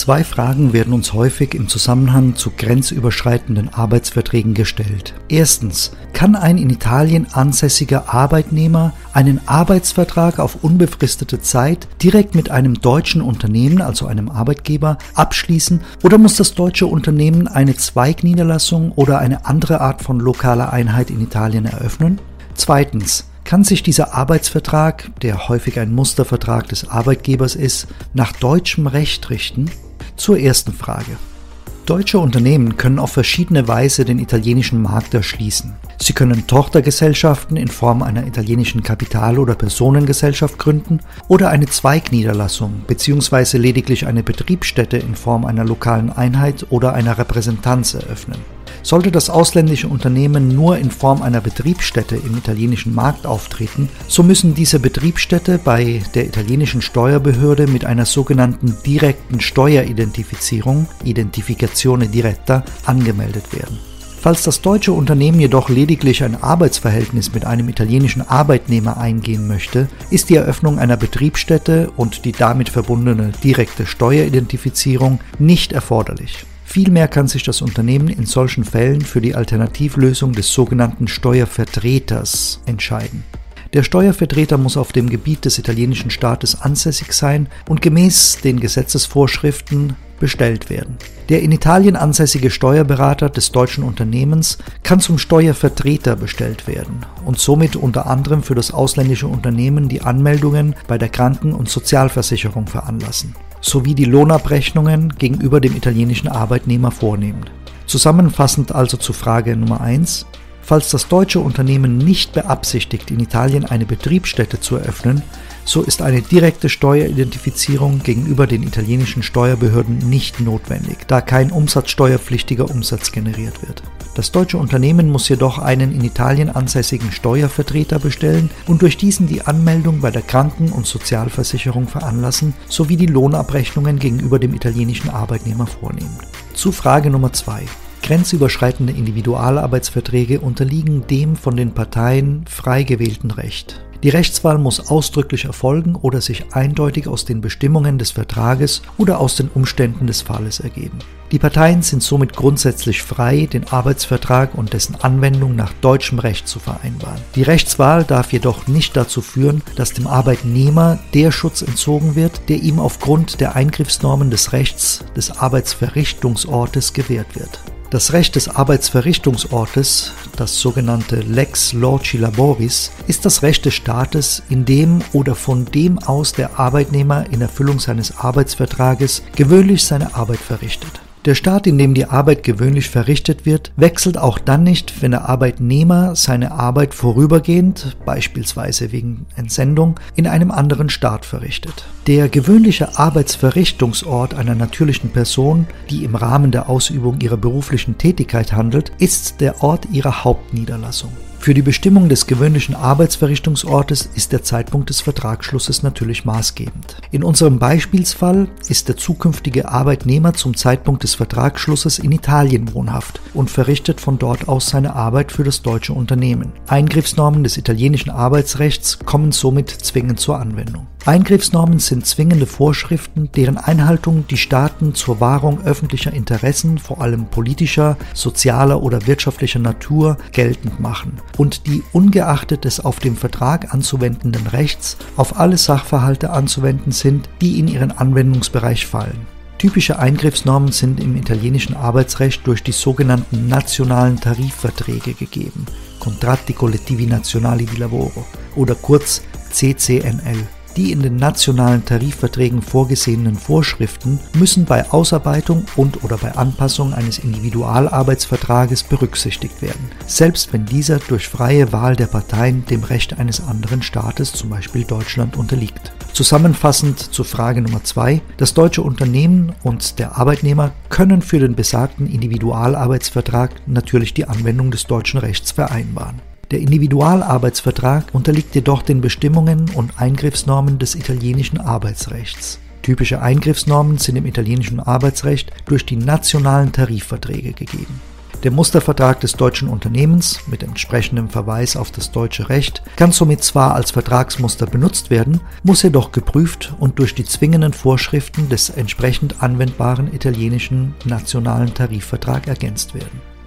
Zwei Fragen werden uns häufig im Zusammenhang zu grenzüberschreitenden Arbeitsverträgen gestellt. Erstens, kann ein in Italien ansässiger Arbeitnehmer einen Arbeitsvertrag auf unbefristete Zeit direkt mit einem deutschen Unternehmen, also einem Arbeitgeber, abschließen oder muss das deutsche Unternehmen eine Zweigniederlassung oder eine andere Art von lokaler Einheit in Italien eröffnen? Zweitens, kann sich dieser Arbeitsvertrag, der häufig ein Mustervertrag des Arbeitgebers ist, nach deutschem Recht richten? Zur ersten Frage. Deutsche Unternehmen können auf verschiedene Weise den italienischen Markt erschließen. Sie können Tochtergesellschaften in Form einer italienischen Kapital- oder Personengesellschaft gründen oder eine Zweigniederlassung bzw. lediglich eine Betriebsstätte in Form einer lokalen Einheit oder einer Repräsentanz eröffnen. Sollte das ausländische Unternehmen nur in Form einer Betriebsstätte im italienischen Markt auftreten, so müssen diese Betriebsstätte bei der italienischen Steuerbehörde mit einer sogenannten direkten Steueridentifizierung, Identificazione diretta, angemeldet werden. Falls das deutsche Unternehmen jedoch lediglich ein Arbeitsverhältnis mit einem italienischen Arbeitnehmer eingehen möchte, ist die Eröffnung einer Betriebsstätte und die damit verbundene direkte Steueridentifizierung nicht erforderlich. Vielmehr kann sich das Unternehmen in solchen Fällen für die Alternativlösung des sogenannten Steuervertreters entscheiden. Der Steuervertreter muss auf dem Gebiet des italienischen Staates ansässig sein und gemäß den Gesetzesvorschriften bestellt werden. Der in Italien ansässige Steuerberater des deutschen Unternehmens kann zum Steuervertreter bestellt werden und somit unter anderem für das ausländische Unternehmen die Anmeldungen bei der Kranken- und Sozialversicherung veranlassen, sowie die Lohnabrechnungen gegenüber dem italienischen Arbeitnehmer vornehmen. Zusammenfassend also zu Frage Nummer 1. Falls das deutsche Unternehmen nicht beabsichtigt, in Italien eine Betriebsstätte zu eröffnen, so ist eine direkte Steueridentifizierung gegenüber den italienischen Steuerbehörden nicht notwendig, da kein umsatzsteuerpflichtiger Umsatz generiert wird. Das deutsche Unternehmen muss jedoch einen in Italien ansässigen Steuervertreter bestellen und durch diesen die Anmeldung bei der Kranken- und Sozialversicherung veranlassen, sowie die Lohnabrechnungen gegenüber dem italienischen Arbeitnehmer vornehmen. Zu Frage Nummer 2. Grenzüberschreitende Individualarbeitsverträge unterliegen dem von den Parteien frei gewählten Recht. Die Rechtswahl muss ausdrücklich erfolgen oder sich eindeutig aus den Bestimmungen des Vertrages oder aus den Umständen des Falles ergeben. Die Parteien sind somit grundsätzlich frei, den Arbeitsvertrag und dessen Anwendung nach deutschem Recht zu vereinbaren. Die Rechtswahl darf jedoch nicht dazu führen, dass dem Arbeitnehmer der Schutz entzogen wird, der ihm aufgrund der Eingriffsnormen des Rechts des Arbeitsverrichtungsortes gewährt wird. Das Recht des Arbeitsverrichtungsortes, das sogenannte Lex Loci Laboris, ist das Recht des Staates, in dem oder von dem aus der Arbeitnehmer in Erfüllung seines Arbeitsvertrages gewöhnlich seine Arbeit verrichtet. Der Staat, in dem die Arbeit gewöhnlich verrichtet wird, wechselt auch dann nicht, wenn der Arbeitnehmer seine Arbeit vorübergehend, beispielsweise wegen Entsendung, in einem anderen Staat verrichtet. Der gewöhnliche Arbeitsverrichtungsort einer natürlichen Person, die im Rahmen der Ausübung ihrer beruflichen Tätigkeit handelt, ist der Ort ihrer Hauptniederlassung. Für die Bestimmung des gewöhnlichen Arbeitsverrichtungsortes ist der Zeitpunkt des Vertragsschlusses natürlich maßgebend. In unserem Beispielsfall ist der zukünftige Arbeitnehmer zum Zeitpunkt des Vertragsschlusses in Italien wohnhaft und verrichtet von dort aus seine Arbeit für das deutsche Unternehmen. Eingriffsnormen des italienischen Arbeitsrechts kommen somit zwingend zur Anwendung. Eingriffsnormen sind zwingende Vorschriften, deren Einhaltung die Staaten zur Wahrung öffentlicher Interessen, vor allem politischer, sozialer oder wirtschaftlicher Natur, geltend machen und die ungeachtet des auf dem Vertrag anzuwendenden Rechts auf alle Sachverhalte anzuwenden sind, die in ihren Anwendungsbereich fallen. Typische Eingriffsnormen sind im italienischen Arbeitsrecht durch die sogenannten nationalen Tarifverträge gegeben, Contratti Collettivi Nazionali di Lavoro oder kurz CCNL. Die in den nationalen Tarifverträgen vorgesehenen Vorschriften müssen bei Ausarbeitung und/oder bei Anpassung eines Individualarbeitsvertrages berücksichtigt werden, selbst wenn dieser durch freie Wahl der Parteien dem Recht eines anderen Staates, zum Beispiel Deutschland, unterliegt. Zusammenfassend zu Frage Nummer 2. Das deutsche Unternehmen und der Arbeitnehmer können für den besagten Individualarbeitsvertrag natürlich die Anwendung des deutschen Rechts vereinbaren. Der Individualarbeitsvertrag unterliegt jedoch den Bestimmungen und Eingriffsnormen des italienischen Arbeitsrechts. Typische Eingriffsnormen sind im italienischen Arbeitsrecht durch die nationalen Tarifverträge gegeben. Der Mustervertrag des deutschen Unternehmens mit entsprechendem Verweis auf das deutsche Recht kann somit zwar als Vertragsmuster benutzt werden, muss jedoch geprüft und durch die zwingenden Vorschriften des entsprechend anwendbaren italienischen nationalen Tarifvertrag ergänzt werden.